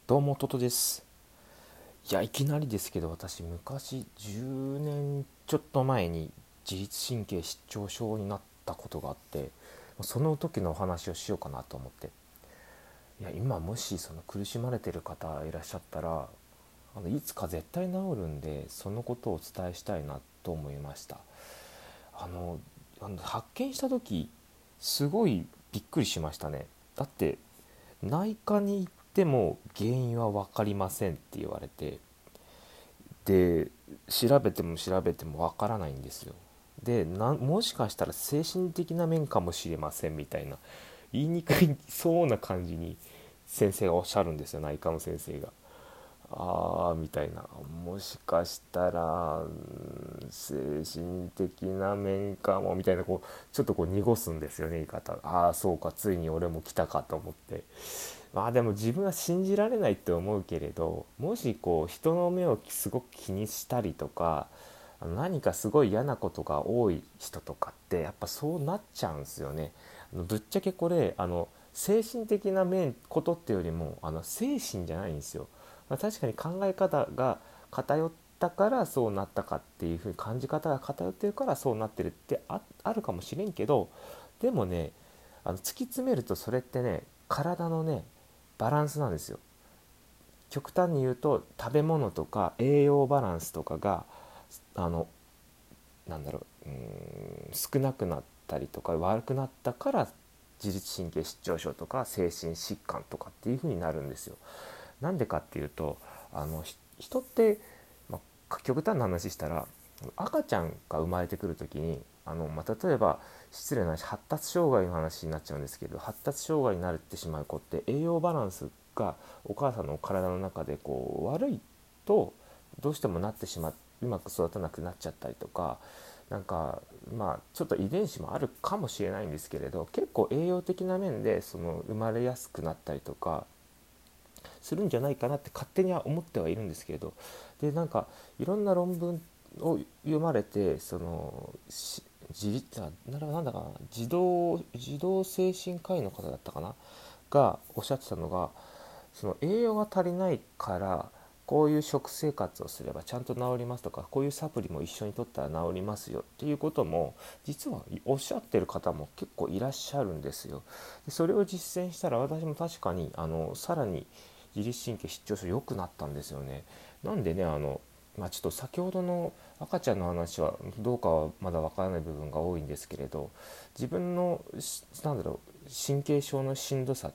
どうもトトです。いや、いきなりですけど、私昔10年ちょっと前に自律神経失調症になったことがあって、その時のお話をしようかなと思って。いや、今もしその苦しまれてる方いらっしゃったら、いつか絶対治るんで、そのことをお伝えしたいなと思いました。あの発見した時すごいびっくりしましたね。だって内科に行っても原因は分かりませんって言われて、で調べても調べてもわからないんですよ。でもしかしたら精神的な面かもしれませんみたいな、言いにくいそうな感じに先生がおっしゃるんですよ、内科の先生が。みたいな、もしかしたら精神的な面かもみたいな、ちょっと濁すんですよね、言い方。そうか、ついに俺も来たかと思って。でも自分は信じられないって思うけれど、もし人の目をすごく気にしたりとか、何かすごい嫌なことが多い人とかってやっぱそうなっちゃうんですよね。ぶっちゃけこれ精神的なことっていうよりも精神じゃないんですよ。確かに考え方が偏ったからそうなったかっていう風に、感じ方が偏ってるからそうなってるってあるかもしれんけど、でもね、突き詰めるとそれってね、体のねバランスなんですよ。極端に言うと食べ物とか栄養バランスとかがあのなんだろう、少なくなったりとか悪くなったから自律神経失調症とか精神疾患とかっていう風になるんですよ。なんでかっていうと、人って、極端な話したら、赤ちゃんが生まれてくる時に例えば失礼な話、発達障害の話になっちゃうんですけど、発達障害になってしまう子って栄養バランスがお母さんの体の中で悪いと、どうしてもなってしまう、うまく育たなくなっちゃったりとか、なんかちょっと遺伝子もあるかもしれないんですけれど、結構栄養的な面で生まれやすくなったりとかするんじゃないかなって勝手には思ってはいるんですけれど、でいろんな論文を読まれて、なんだかな、児童精神科医の方だったかながおっしゃってたのが、その栄養が足りないからこういう食生活をすればちゃんと治りますとか、こういうサプリも一緒に取ったら治りますよっていうことも実はおっしゃってる方も結構いらっしゃるんですよ。でそれを実践したら、私も確かにさらに自律神経失調症良くなったんですよね。なんでね、ちょっと先ほどの赤ちゃんの話はどうかはまだわからない部分が多いんですけれど、自分の神経症のしんどさって、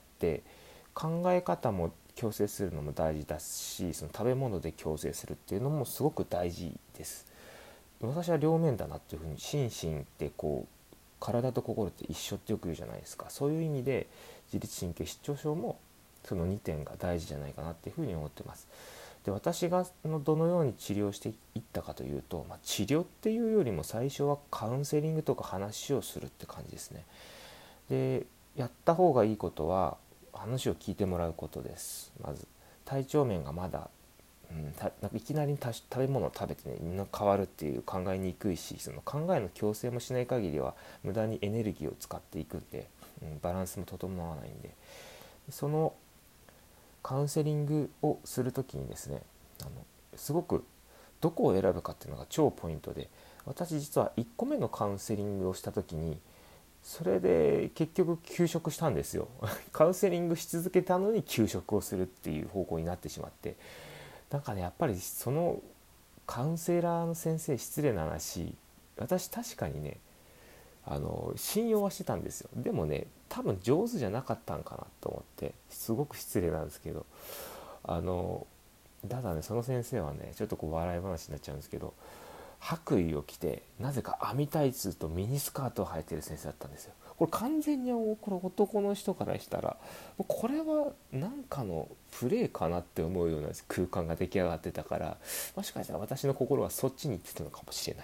考え方も矯正するのも大事だし、その食べ物で矯正するっていうのもすごく大事です。私は両面だなっていうふうに、心身って体と心って一緒ってよく言うじゃないですか。そういう意味で自律神経失調症もその2点が大事じゃないかなっていうふうに思ってます。で、私がどのように治療していったかというと、治療っていうよりも最初はカウンセリングとか話をするって感じですね。で、やった方がいいことは話を聞いてもらうことです。まず体調面がまだ、なんかいきなり食べ物を食べてね変わるっていう考えにくいし、その考えの矯正もしない限りは無駄にエネルギーを使っていくんで、バランスも整わないんで、そのカウンセリングをするときにですね、あのすごくどこを選ぶかっていうのが超ポイントで、私実は1個目のカウンセリングをしたときにそれで結局休職したんですよ。カウンセリングし続けたのに休職をするっていう方向になってしまって、なんかね、やっぱりそのカウンセラーの先生、失礼な話、私確かにね信用はしてたんですよ。でもね、多分上手じゃなかったんかなと思って、すごく失礼なんですけど、あのただね、その先生はね、ちょっと笑い話になっちゃうんですけど、白衣を着てなぜか網タイツとミニスカートを履いてる先生だったんですよ。これ完全にこれ男の人からしたら、これは何かのプレーかなって思うような空間が出来上がってたから、もしかしたら私の心はそっちに行ってたのかもしれない。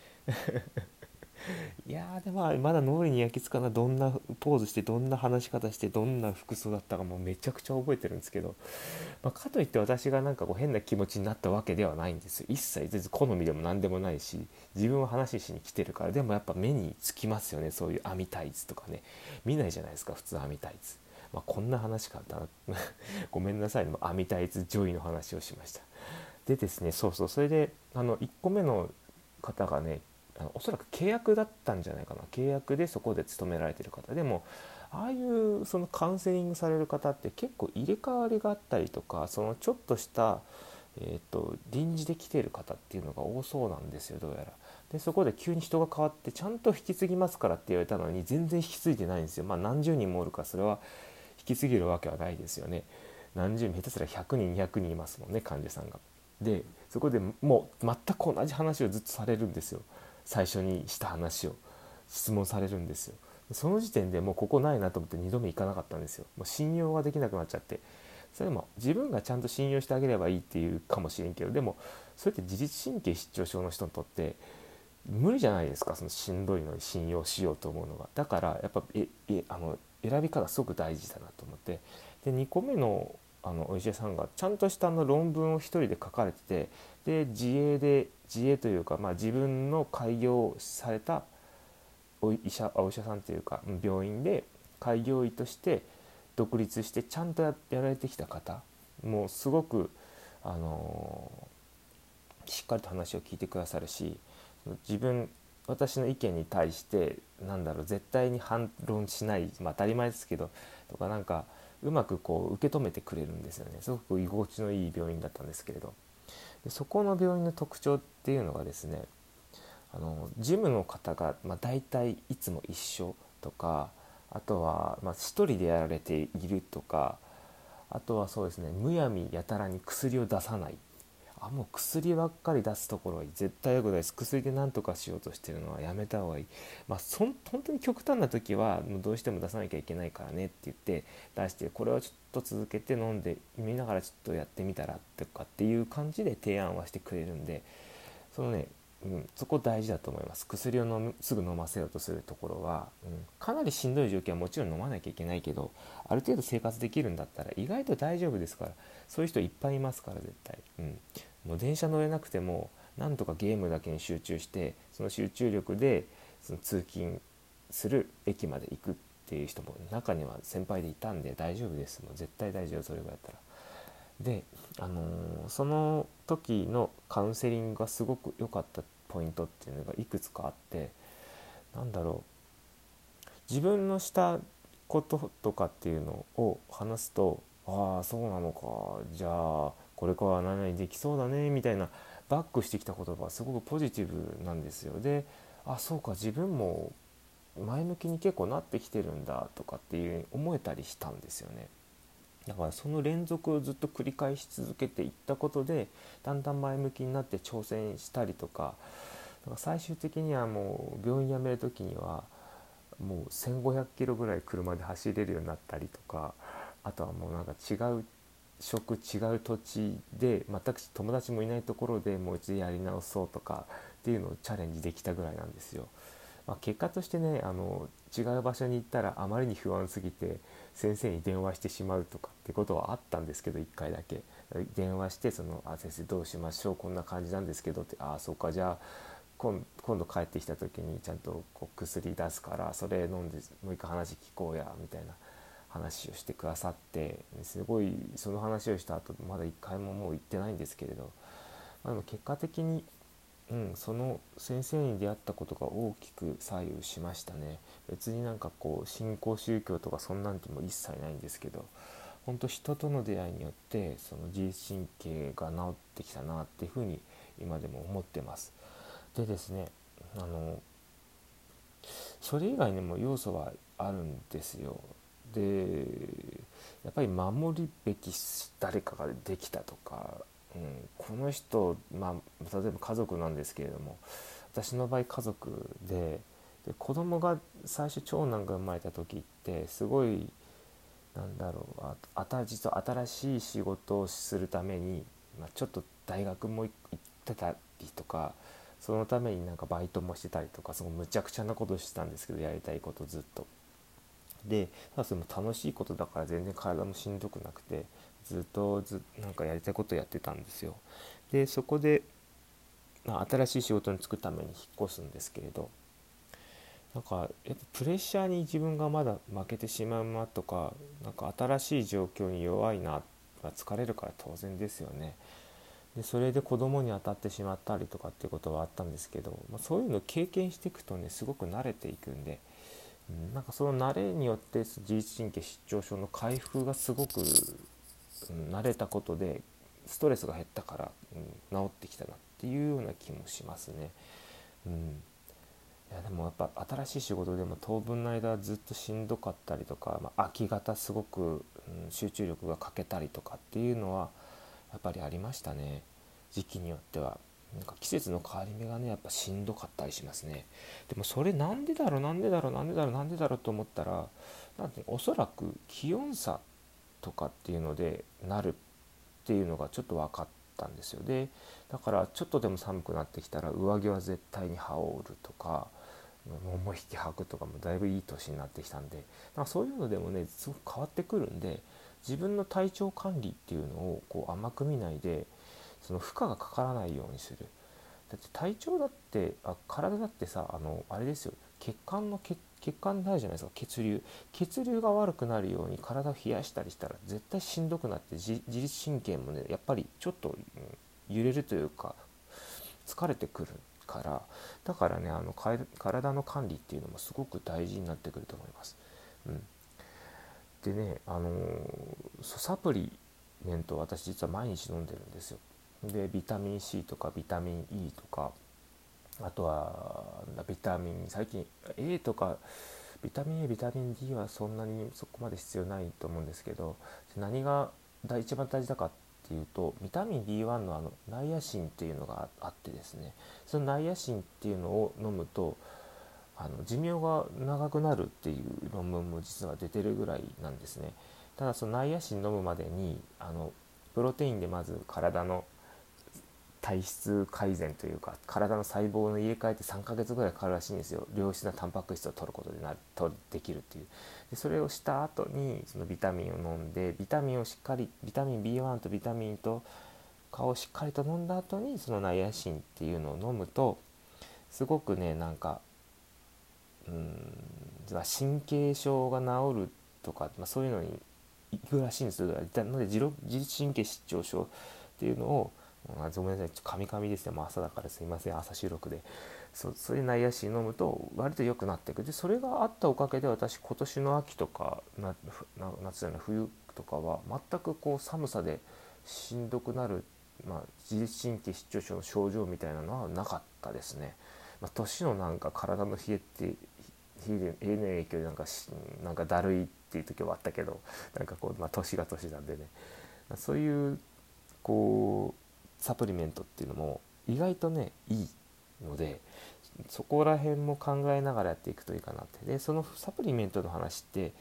いやー、でもまだ脳裏に焼き付かない、どんなポーズしてどんな話し方してどんな服装だったかもめちゃくちゃ覚えてるんですけど、かといって私が変な気持ちになったわけではないんですよ。一切全然好みでも何でもないし、自分は話しに来てるから。でもやっぱ目につきますよね、そういう網タイツとかね。見ないじゃないですか普通網タイツ。 こんな話かだごめんなさいね、網タイツジョイの話をしました。でですね、それで1個目の方がね、おそらく契約だったんじゃないかな、契約でそこで勤められてる方でも、ああいうそのカウンセリングされる方って結構入れ替わりがあったりとか、そのちょっとした臨時で来ている方っていうのが多そうなんですよ、どうやら。でそこで急に人が変わってちゃんと引き継ぎますからって言われたのに全然引き継いでないんですよ。何十人もおるからそれは引き継げるわけはないですよね。何十人、下手すら100人200人いますもんね、患者さんが。でそこでもう全く同じ話をずっとされるんですよ。最初にした話を質問されるんですよ。その時点でもうここないなと思って2度目行かなかったんですよ。もう信用ができなくなっちゃって。それも自分がちゃんと信用してあげればいいっていうかもしれんけど、でもそれって自律神経失調症の人にとって無理じゃないですか、そのしんどいのに信用しようと思うのが。だからやっぱ選び方すごく大事だなと思って。で2個目のお医者さんがちゃんとした論文を一人で書かれてて、で自営というか、自分の開業されたお医者さんというか病院で開業医として独立してちゃんとやられてきた方、もうすごくしっかりと話を聞いてくださるし、私の意見に対して絶対に反論しない、当たり前ですけどとか、うまく受け止めてくれるんですよね。すごく居心地のいい病院だったんですけれど、でそこの病院の特徴っていうのがですね、事務の方が、大体いつも一緒とか、あとは、一人でやられているとか、あとはそうですね、むやみやたらに薬を出さない。もう薬ばっかり出すところは絶対良くないです。薬で何とかしようとしてるのはやめた方がいい。本当に極端な時はもうどうしても出さなきゃいけないからねって言って出して、これはちょっと続けて飲んでみながらちょっとやってみたらとかっていう感じで提案はしてくれるんで、そこ大事だと思います。薬をすぐ飲ませようとするところは、かなりしんどい状況はもちろん飲まなきゃいけないけど、ある程度生活できるんだったら意外と大丈夫ですから。そういう人いっぱいいますから絶対。もう電車乗れなくてもなんとかゲームだけに集中して、その集中力でその通勤する駅まで行くっていう人も中には先輩でいたんで大丈夫です。もう絶対大丈夫、それがやったら。で、その時のカウンセリングがすごく良かったポイントっていうのがいくつかあって、自分のしたこととかっていうのを話すと、ああそうなのか、じゃあこれから何々できそうだねみたいなバックしてきた言葉はすごくポジティブなんですよ。で、そうか、自分も前向きに結構なってきてるんだとかっていう思えたりしたんですよね。だからその連続をずっと繰り返し続けていったことで、だんだん前向きになって挑戦したりとか、だから最終的にはもう病院辞める時にはもう1500キロぐらい車で走れるようになったりとか、あとはもう違う違う土地で全く友達もいないところでもう一度やり直そうとかっていうのをチャレンジできたぐらいなんですよ。結果としてね、違う場所に行ったらあまりに不安すぎて先生に電話してしまうとかってことはあったんですけど、1回だけ電話して先生どうしましょう、こんな感じなんですけどって、そうか、じゃあ今度帰ってきた時にちゃんと薬出すからそれ飲んでもう一回話聞こうやみたいな話をしてくださって、すごいその話をした後まだ1回ももう行ってないんですけれど、でも結果的にその先生に出会ったことが大きく左右しましたね。別に新興宗教とかそんなんても一切ないんですけど、本当人との出会いによってその自律神経が治ってきたなっていうふうに今でも思ってます。でですね、それ以外にも要素はあるんですよ。で、やっぱり守るべき誰かができたとか、この人、例えば家族なんですけれども、私の場合家族で子供が最初長男が生まれた時ってすごい実は新しい仕事をするために、ちょっと大学も行ってたりとか、そのためにバイトもしてたりとか、すごいむちゃくちゃなことをしてたんですけど、やりたいことずっと。で、ただそれも楽しいことだから全然体もしんどくなくて、ずっとやりたいことをやってたんですよ。で、そこで、新しい仕事に就くために引っ越すんですけれど、 なんかやっぱプレッシャーに自分がまだ負けてしまうなとか、なんか新しい状況に弱いな、疲れるから当然ですよね。でそれで子供に当たってしまったりとかっていうことはあったんですけど、そういうのを経験していくとねすごく慣れていくんで、なんかその慣れによって自律神経失調症の回復がすごく、慣れたことでストレスが減ったから、治ってきたなっていうような気もしますね。うん、いやでもやっぱ新しい仕事でも当分の間ずっとしんどかったりとか、空き型すごく、集中力が欠けたりとかっていうのはやっぱりありましたね。時期によってはなんか季節の変わり目がねやっぱしんどかったりしますね。でもそれなんでだろうなんでだろうなんでだろうなんでだろうと思ったら、なんておそらく気温差とかっていうのでなるっていうのがちょっと分かったんですよ。でだからちょっとでも寒くなってきたら上着は絶対に羽織るとか、桃引き履くとかもだいぶいい年になってきたんで、なんかそういうのでもねすごく変わってくるんで、自分の体調管理っていうのをこう甘く見ないで、その負荷がかからないようにする。だって体調だって体だってさ、あれですよ、血管になるじゃないですか。血流が悪くなるように体を冷やしたりしたら絶対しんどくなって、自律神経もねやっぱりちょっと、揺れるというか疲れてくるから、だからね体の管理っていうのもすごく大事になってくると思います。うん、でね、サプリメントを私実は毎日飲んでるんですよ。でビタミン C とかビタミン E とか、あとはビタミン最近 A とか、ビタミン A ビタミン D はそんなにそこまで必要ないと思うんですけど、何が一番大事だかっていうと、ビタミン D1 のナイアシンっていうのがあってですね、そのナイアシンっていうのを飲むと寿命が長くなるっていう論文も実は出てるぐらいなんですね。ただそのナイアシン飲むまでにプロテインでまず体の体質改善というか体の細胞の入れ替えって3ヶ月ぐらいかかるらしいんですよ。良質なタンパク質を取ることできるっていう。でそれをした後にそのビタミンを飲んで、ビタミンをしっかりビタミン B1 とビタミンとかをしっかりと飲んだ後にそのナイアシンっていうのを飲むと、すごくねなんか神経症が治るとか、そういうのに行くらしいんですよ。なので自律神経失調症っていうのを、ごめんなさいカミカミですね、朝だからすいません、朝収録で。それでナイアシン飲むと割と良くなっていく。でそれがあったおかげで私今年の秋とか夏じゃない冬とかは全くこう寒さでしんどくなる、自律神経失調症の症状みたいなのはなかったですね。年のなんか体の冷えの影響でなんかだるいっていう時はあったけど、なんかこう、年が年なんでね、そういうこうサプリメントっていうのも意外とねいいので、そこら辺も考えながらやっていくといいかなって。でそのサプリメントの話って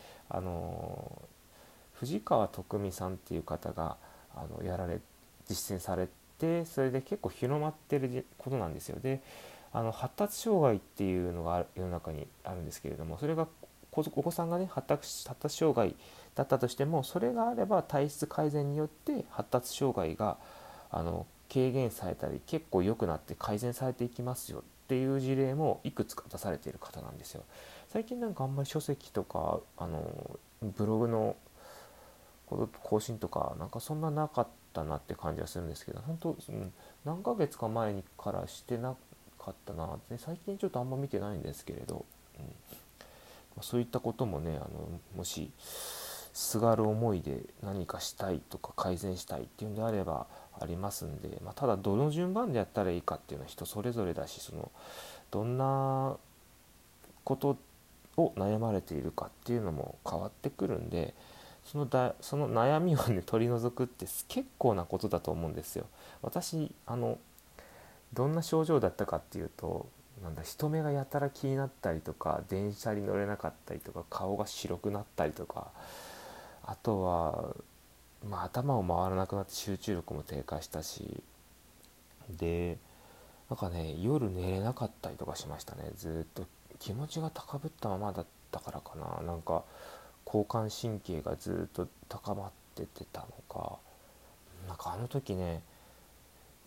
藤川徳美さんっていう方が実践されて、それで結構広まってることなんですよ。で発達障害っていうのが世の中にあるんですけれども、それがお子さんがね発達障害だったとしても、それがあれば体質改善によって発達障害が軽減されたり結構良くなって改善されていきますよっていう事例もいくつか出されている方なんですよ。最近なんかあんまり書籍とかブログの更新とかなんかそんななかったなって感じはするんですけど、本当、何ヶ月か前にからしてなかったなって最近ちょっとあんま見てないんですけれど、そういったこともねもしすがる思いで何かしたいとか改善したいっていうんであればありますんで、ただどの順番でやったらいいかっていうのは人それぞれだし、どんなことを悩まれているかっていうのも変わってくるんで、その悩みをね取り除くって結構なことだと思うんですよ。私どんな症状だったかっていうと、人目がやたら気になったりとか、電車に乗れなかったりとか、顔が白くなったりとか、あとは、頭を回らなくなって集中力も低下したし、でなんかね夜寝れなかったりとかしましたね。ずっと気持ちが高ぶったままだったからかな、なんか交感神経がずっと高まっててたのか、なんかあの時ね、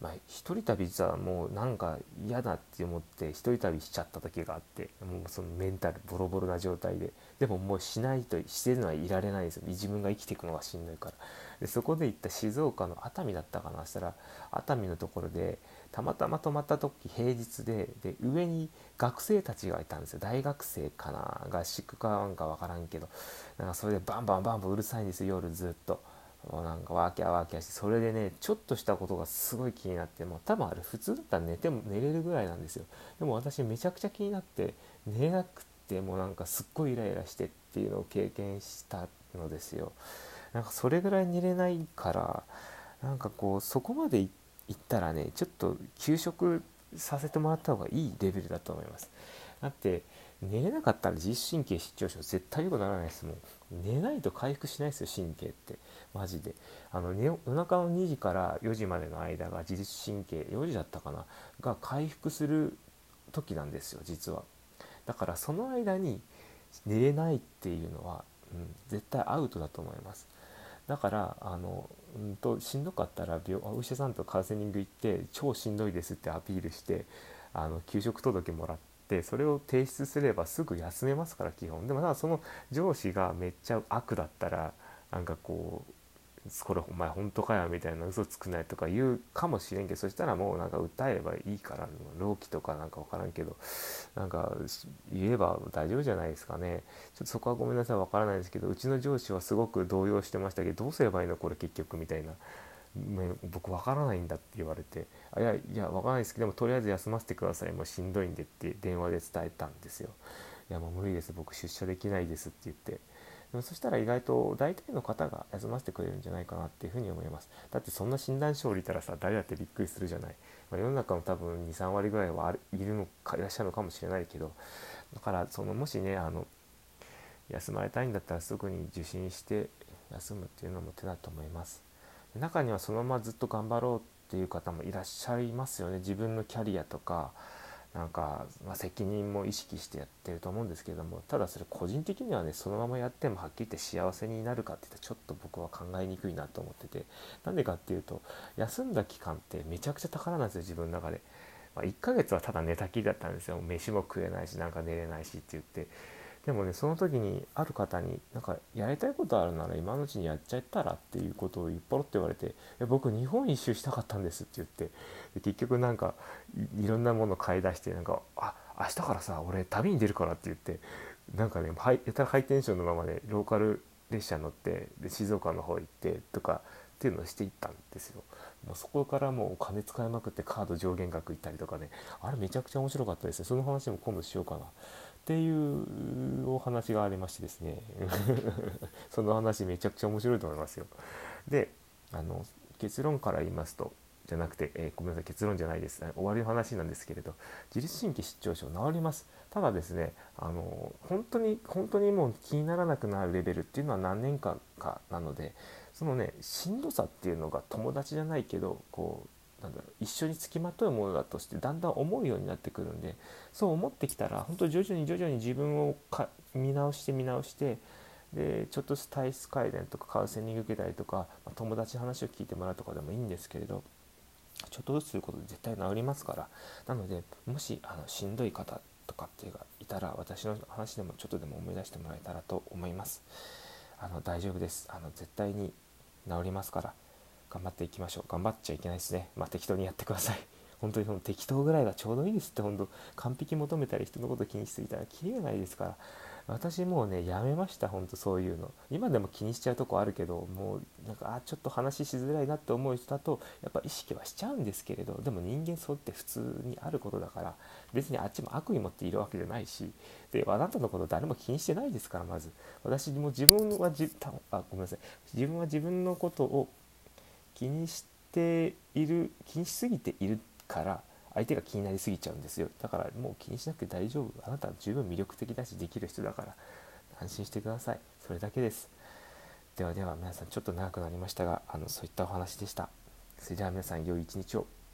一人旅実はもうなんか嫌だって思って一人旅しちゃった時があって、もうそのメンタルボロボロな状態で、でももうしないとしてるのはいられないんですよ、自分が生きていくのがしんどいから。でそこで行った静岡の熱海だったかな、したら熱海のところでたまたま泊まった時平日で上に学生たちがいたんですよ。大学生かな、合宿かなんか分からんけど、なんかそれでバンバンバンバンうるさいんですよ、夜ずっと。もうなんかワーキャーワーキャーして、それでねちょっとしたことがすごい気になって、もう多分あれ普通だったら寝ても寝れるぐらいなんですよ。でも私めちゃくちゃ気になって寝れなくって、もうなんかすっごいイライラしてっていうのを経験したのですよ。なんかそれぐらい寝れないから、なんかこうそこまで行ったらねちょっと休職させてもらった方がいいレベルだと思います。だって寝れなかったら自律神経失調症絶対良くならないですもん。寝ないと回復しないですよ、神経ってマジで。夜中の2時から4時までの間が自律神経、4時だったかな、が回復する時なんですよ実は。だからその間に寝れないっていうのは、絶対アウトだと思います。だからしんどかったらお医者さんとカウンセリング行って超しんどいですってアピールして、休職届もらって、それを提出すればすぐ休めますから基本。でもその上司がめっちゃ悪だったら、なんかこうこれお前本当かよみたいな、嘘つくないとか言うかもしれんけど、そしたらもうなんか訴えればいいから、労基とかなんか分からんけど、なんか言えば大丈夫じゃないですかね。ちょっとそこはごめんなさい、分からないですけど、うちの上司はすごく動揺してましたけど、どうすればいいのこれ結局みたいな、僕分からないんだって言われて、いや分からないですけども、とりあえず休ませてください、もうしんどいんでって電話で伝えたんですよ。いやもう無理です、僕出社できないですって言って。でもそしたら意外と大体の方が休ませてくれるんじゃないかなっていうふうに思います。だってそんな診断書を降りたらさ、誰だってびっくりするじゃない。世の中の多分 2,3 割ぐらいはいるのかいらっしゃるのかもしれないけど、だからもしね休まれたいんだったらすぐに受診して休むっていうのも手だと思います。中にはそのままずっと頑張ろうっていう方もいらっしゃいますよね。自分のキャリアとかなんか、責任も意識してやってると思うんですけれども、ただそれ個人的にはね、そのままやってもはっきり言って幸せになるかっていったらちょっと僕は考えにくいなと思ってて、なんでかっていうと、休んだ期間ってめちゃくちゃ宝なんですよ自分の中で。1ヶ月はただ寝たきりだったんですよ。飯も食えないしなんか寝れないしって言って。でもね、その時にある方になんかやりたいことあるなら今のうちにやっちゃったらっていうことをポロって言われて、僕日本一周したかったんですって言って、で結局なんかいろんなもの買い出して、なんか明日からさ俺旅に出るからって言って、なんかねやたらハイテンションのままでローカル列車乗ってで静岡の方行ってとかっていうのをしていったんですよ。もうそこからもうお金使いまくってカード上限額いったりとかね、あれめちゃくちゃ面白かったですね。その話も今度しようかなっていうお話がありましてですねその話めちゃくちゃ面白いと思いますよ。で結論から言いますと、じゃなくて、ごめんなさい、結論じゃないです、終わりの話なんですけれど、自律神経失調症治ります。ただですね、本当に本当にもう気にならなくなるレベルっていうのは何年間かなので、そのねしんどさっていうのが友達じゃないけどなんだろう、一緒につきまとうものだとしてだんだん思うようになってくるんで、そう思ってきたら本当に徐々に徐々に自分を見直してでちょっとした体質改善とかカウンセリング受けたりとか、友達の話を聞いてもらうとかでもいいんですけれど、ちょっとずつすることで絶対治りますから。なのでもししんどい方とかっていうがいたら、私の話でもちょっとでも思い出してもらえたらと思います。大丈夫です。絶対に治りますから、頑張っていきましょう。頑張っちゃいけないですね。適当にやってください。本当にその適当ぐらいがちょうどいいですって。本当完璧求めたり人のこと気にしすぎたらキリがないですから。私もうねやめました、本当そういうの。今でも気にしちゃうとこあるけど、もうなんかちょっと話しづらいなって思う人だとやっぱ意識はしちゃうんですけれど、でも人間そうって普通にあることだから、別にあっちも悪意持っているわけじゃないし、であなたのこと誰も気にしてないですから。まず私も自分はごめんなさい、自分は自分のことを気にしすぎているから相手が気になりすぎちゃうんですよ。だからもう気にしなくて大丈夫、あなたは十分魅力的だしできる人だから安心してください。それだけです。ではでは皆さん、ちょっと長くなりましたがそういったお話でした。それでは皆さん良い一日を。